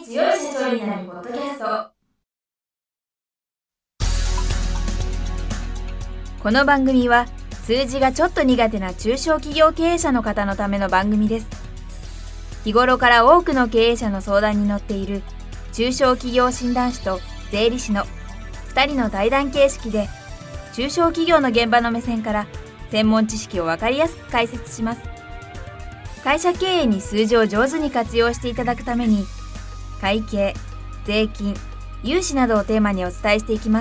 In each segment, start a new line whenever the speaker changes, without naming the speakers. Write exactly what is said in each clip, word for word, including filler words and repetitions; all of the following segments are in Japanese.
強い社長になるポッドキャスト。この番組は数字がちょっと苦手な中小企業経営者の方のための番組です。日頃から多くの経営者の相談に乗っている中小企業診断士と税理士のふたりの対談形式で、中小企業の現場の目線から専門知識を分かりやすく解説します。会社経営に数字を上手に活用していただくために、会計、税金、融資などをテーマにお伝えしていきます。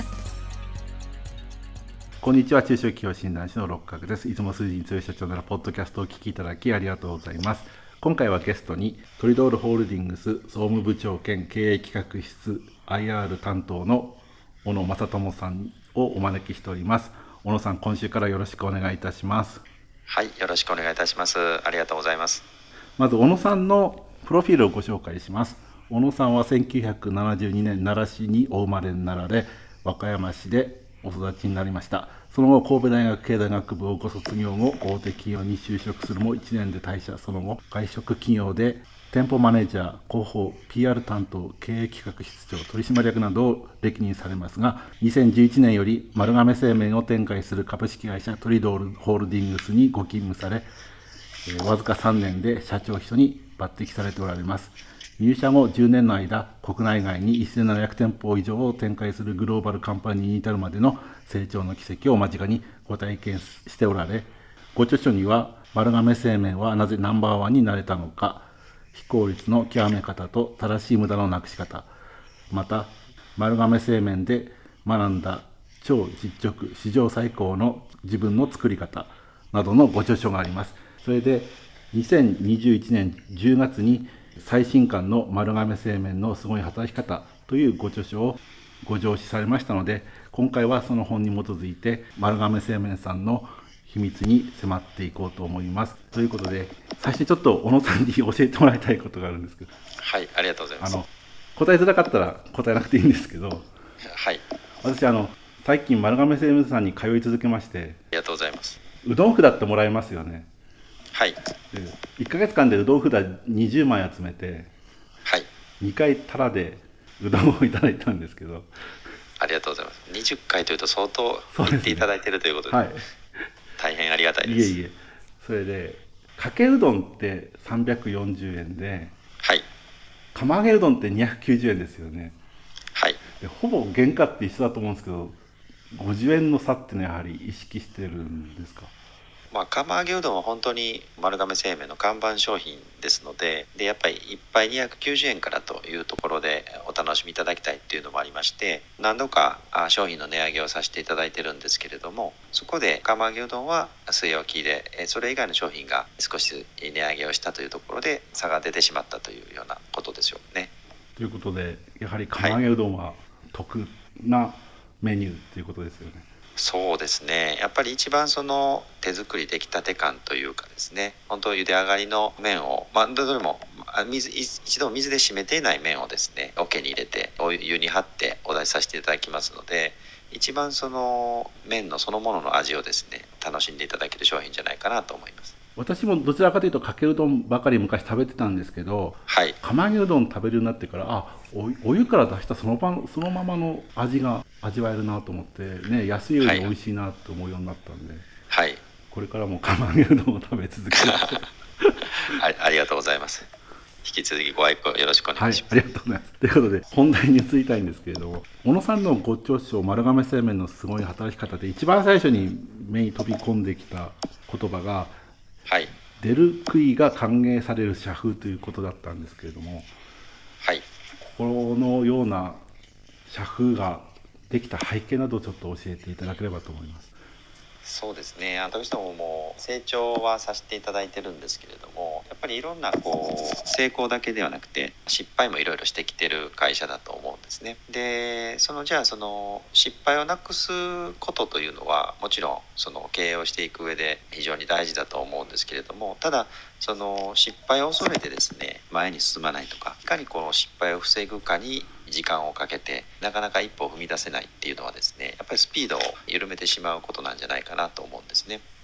こんにちは。中小企業診断士の六角です。いつも数字に強い社長ならポッドキャストを聞きいただきありがとうございます。今回はゲストにトリドールホールディングス総務部長兼経営企画室 アイアール 担当の小野正智さんをお招きしております。小野さん、今週からよろしくお願いいたします。
はい、よろしくお願いいたします。ありがとうございます。
まず小野さんのプロフィールをご紹介します。小野さんはせんきゅうひゃくななじゅうにねん奈良市にお生まれになられ、和歌山市でお育ちになりました。その後、神戸大学経済学部をご卒業後、大手企業に就職するもいちねんで退社。その後、外食企業で店舗マネージャー、広報、ピーアール 担当、経営企画室長、取締役などを歴任されますが、にせんじゅういちねんより丸亀製麺を展開する株式会社トリドールホールディングスにご勤務され、えー、わずかさんねんで社長秘書に抜擢されておられます。入社後じゅうねんの間、国内外にせんななひゃくてんぽ以上を展開するグローバルカンパニーに至るまでの成長の軌跡を間近にご体験しておられ、ご著書には丸亀製麺はなぜナンバーワンになれたのか、非効率の極め方と正しい無駄のなくし方、また丸亀製麺で学んだ超実直史上最高の自分の作り方などのご著書があります。それでにせんにじゅういちねんじゅうがつに最新刊の丸亀製麺のすごい働き方というご著書をご上梓されましたので、今回はその本に基づいて丸亀製麺さんの秘密に迫っていこうと思います。ということで、最初にちょっと小野さんに教えてもらいたいことがあるんですけど。
はい、ありがとうございます。
あの答えづらかったら答えなくていいんですけど、
はい、
私あの最近丸亀製麺さんに通い続けまして。
ありがとうございます。
うどん札ってもらえますよね。
はい。
でいっかげつかんでうどん札にじゅうまい集めて、
はい、
にかいタダでうどんをいただいたんですけど。
ありがとうございます。にじゅっかいというと相当言っていただいているということで、
はい、
大変ありがたいです。
いえいえ。それでかけうどんってさんびゃくよんじゅうえんで、
はい、
釜揚げうどんってにひゃくきゅうじゅうえんですよね。
はい。
でほぼ原価って一緒だと思うんですけど、ごじゅうえんの差ってのはやはり意識してるんですか？
まあ、釜揚げうどんは本当に丸亀製麺の看板商品ですので、でやっぱりいっぱいにひゃくきゅうじゅうえんからというところでお楽しみいただきたいっていうのもありまして、何度か商品の値上げをさせていただいてるんですけれども、そこで釜揚げうどんは据え置きで、それ以外の商品が少し値上げをしたというところで差が出てしまったというようなことですよね。
ということで、やはり釜揚げうどんは得なメニューということですよね。はい、
そうですね。やっぱり一番その手作り出来たて感というかですね、本当茹で上がりの麺を、まあ、どれも水一度水で締めていない麺をですね、桶に入れてお湯に張ってお出しさせていただきますので、一番その麺のそのものの味をですね、楽しんでいただける商品じゃないかなと思います。
私もどちらかというとかけうどんばかり昔食べてたんですけど、
はい、
釜揚げうどん食べるようになってから、あ、お, お湯から出したそのまそのままの味が味わえるなと思って、ね、安いより美味しいなと思うようになったんで、
はい、
これからも釜揚げうどんを食べ続ける
あ, ありがとうございます。引き続きご愛顧よろしくお願いします。
はい、ありがとうございます。ということで本題に移りたいんですけれども、小野さんのご著書丸亀製麺のすごい働き方で一番最初に目に飛び込んできた言葉が、
はい、
出る杭が歓迎される社風ということだったんですけれども、
はい、
このような社風ができた背景などをちょっと教えていただければと思います。
そうですね。どうしてももう成長はさせていただいてるんですけれども、やっぱりいろんなこう成功だけではなくて失敗もいろいろしてきてる会社だと思うんですね。で、そのじゃあその失敗をなくすことというのはもちろんその経営をしていく上で非常に大事だと思うんですけれども、ただその失敗を恐れてですね、前に進まないとか、いかにこの失敗を防ぐかに時間をかけてなかなか一歩踏み出せないっていうのはですね、やっぱりスピードを緩めてしまうことなんじゃないかなと思うんですね。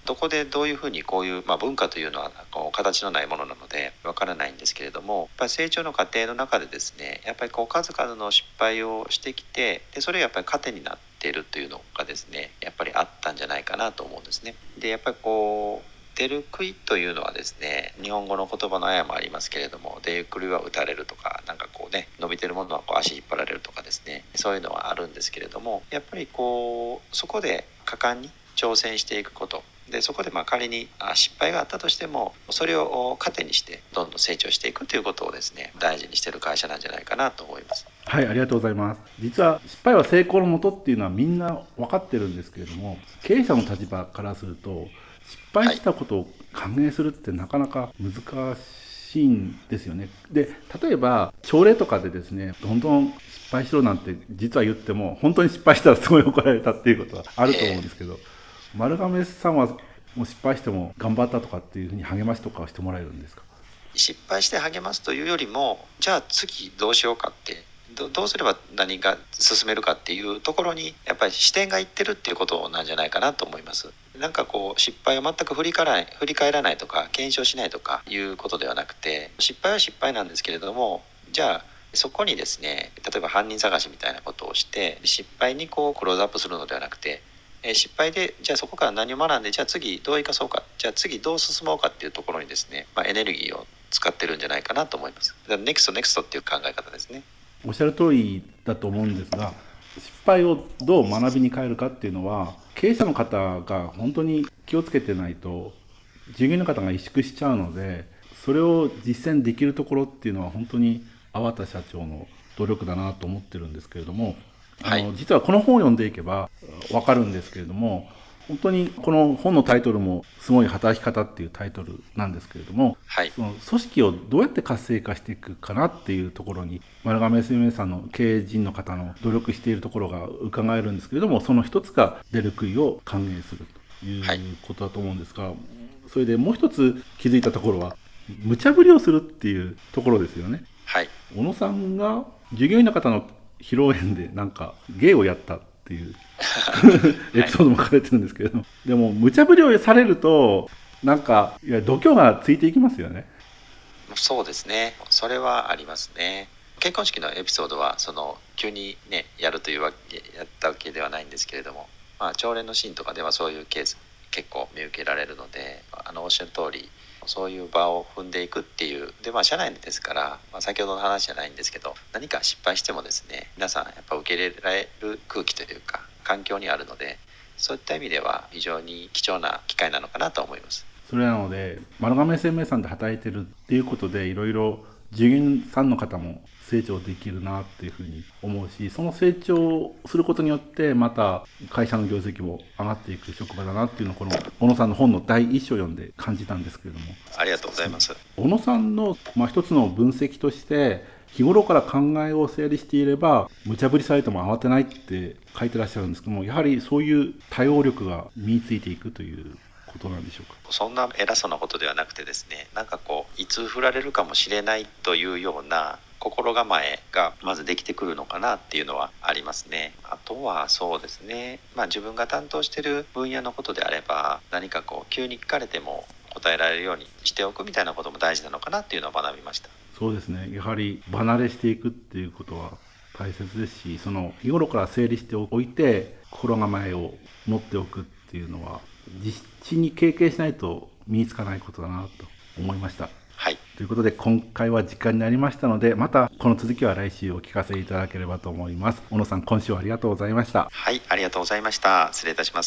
どこでどういうふうにこういう、まあ、文化というのはこう形のないものなのでわからないんですけれども、やっぱり成長の過程の中でですね、やっぱりこう数々の失敗をしてきて、でそれがやっぱり糧になっているというのがですね、やっぱりあったんじゃないかなと思うんですね。でやっぱりこう出る杭というのはですね、日本語の言葉のあやもありますけれども、出る杭は打たれるとか、なんかこうね、伸びてるものはこう足引っ張られるとかですね、そういうのはあるんですけれども、やっぱりこうそこで果敢に挑戦していくことで、そこでまあ仮に失敗があったとしても、それを糧にしてどんどん成長していくということをですね、大事にしている会社なんじゃないかなと思います。
はい、ありがとうございます。実は失敗は成功のもとっていうのはみんな分かってるんですけれども、経営者の立場からすると失敗したことを歓迎するってなかなか難しいんですよね。で、例えば朝礼とかでですね、どんどん失敗しろなんて実は言っても、本当に失敗したらすごい怒られたっていうことはあると思うんですけど、えー、丸亀さんはもう失敗しても頑張ったとかっていうふうに励ましとかはしてもらえるんですか？
失敗して励ますというよりも、じゃあ次どうしようかって、ど, どうすれば何が進めるかっていうところにやっぱり視点がいってるっていうことなんじゃないかなと思います。なんかこう失敗を全く振り返らない振り返らないとか検証しないとかいうことではなくて、失敗は失敗なんですけれども、じゃあそこにですね、例えば犯人探しみたいなことをして失敗にこうクローズアップするのではなくて、え失敗でじゃあそこから何を学んで、じゃあ次どう生かそうか、じゃあ次どう進もうかっていうところにですね、まあ、エネルギーを使ってるんじゃないかなと思います。だからネクストネクストっていう考え方ですね。
おっしゃる通りだと思うんですが、失敗をどう学びに変えるかっていうのは経営者の方が本当に気をつけてないと従業員の方が萎縮しちゃうので、それを実践できるところっていうのは本当に粟田社長の努力だなと思ってるんですけれども、あの、はい、実はこの本を読んでいけば分かるんですけれども、本当にこの本のタイトルもすごい働き方っていうタイトルなんですけれども、はい、その組織をどうやって活性化していくかなっていうところに丸亀 エスエムエー さんの経営陣の方の努力しているところが伺えるんですけれども、その一つが出る杭を歓迎するということだと思うんですが、はい、それでもう一つ気づいたところは無茶ぶりをするっていうところですよね。
はい、
小野さんが従業員の方の披露宴でなんか芸をやったっていうエピソードも書かれてるんですけれども、はい、でも無茶ぶりをされるとなんかいや度胸がついていきますよね。
そうですね、それはありますね。結婚式のエピソードはその急にねやるというわけやったわけではないんですけれども、まあ、朝礼のシーンとかではそういうケース結構見受けられるので、あのおっしゃる通りそういう場を踏んでいくっていうで、まあ社内ですから、まあ、先ほどの話じゃないんですけど、何か失敗してもですね、皆さんやっぱ受け入れられる空気というか環境にあるので、そういった意味では非常に貴重な機会なのかなと思います。
それなので丸亀 エスエムエー さんで働いてるっていうことで、いろいろ従業員さんの方も成長できるなっていうふうに思うし、その成長することによってまた会社の業績も上がっていく職場だなっていうのをこの小野さんの本の第一章を読んで感じたんですけれども。
ありがとうございます。
小野さんの、まあ、一つの分析として、日頃から考えを整理していれば無茶ぶりされても慌てないって書いてらっしゃるんですけども、やはりそういう対応力が身についていくということなんでしょうか。
そんな偉そうなことではなくてですね、なんかこういつ振られるかもしれないというような心構えがまずできてくるのかなっていうのはありますね。あとはそうですね、まあ自分が担当している分野のことであれば、何かこう急に聞かれても答えられるようにしておくみたいなことも大事なのかなっていうのを学びました。
そうですね、やはり離れしていくっていうことは大切ですし、その日頃から整理しておいて心構えを持っておくっていうのは実地に経験しないと身につかないことだなと思いました。
はい、
ということで今回は時間になりましたので、またこの続きは来週お聞かせいただければと思います。小野さん、今週はありがとうございました。
はい、ありがとうございました。失礼いたします。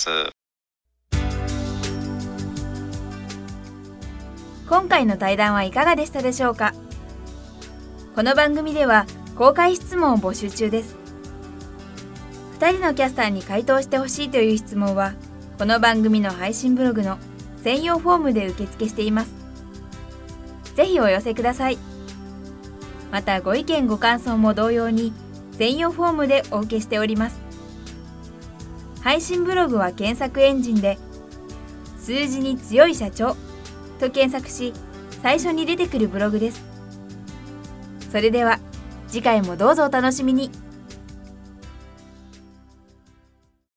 今回の対談はいかがでしたでしょうか。この番組では公開質問を募集中です。ふたりのキャスターに回答してほしいという質問はこの番組の配信ブログの専用フォームで受付しています。ぜひお寄せください。またご意見ご感想も同様に専用フォームでお受けしております。配信ブログは検索エンジンで数字に強い社長と検索し最初に出てくるブログです。それでは次回もどうぞお楽しみに。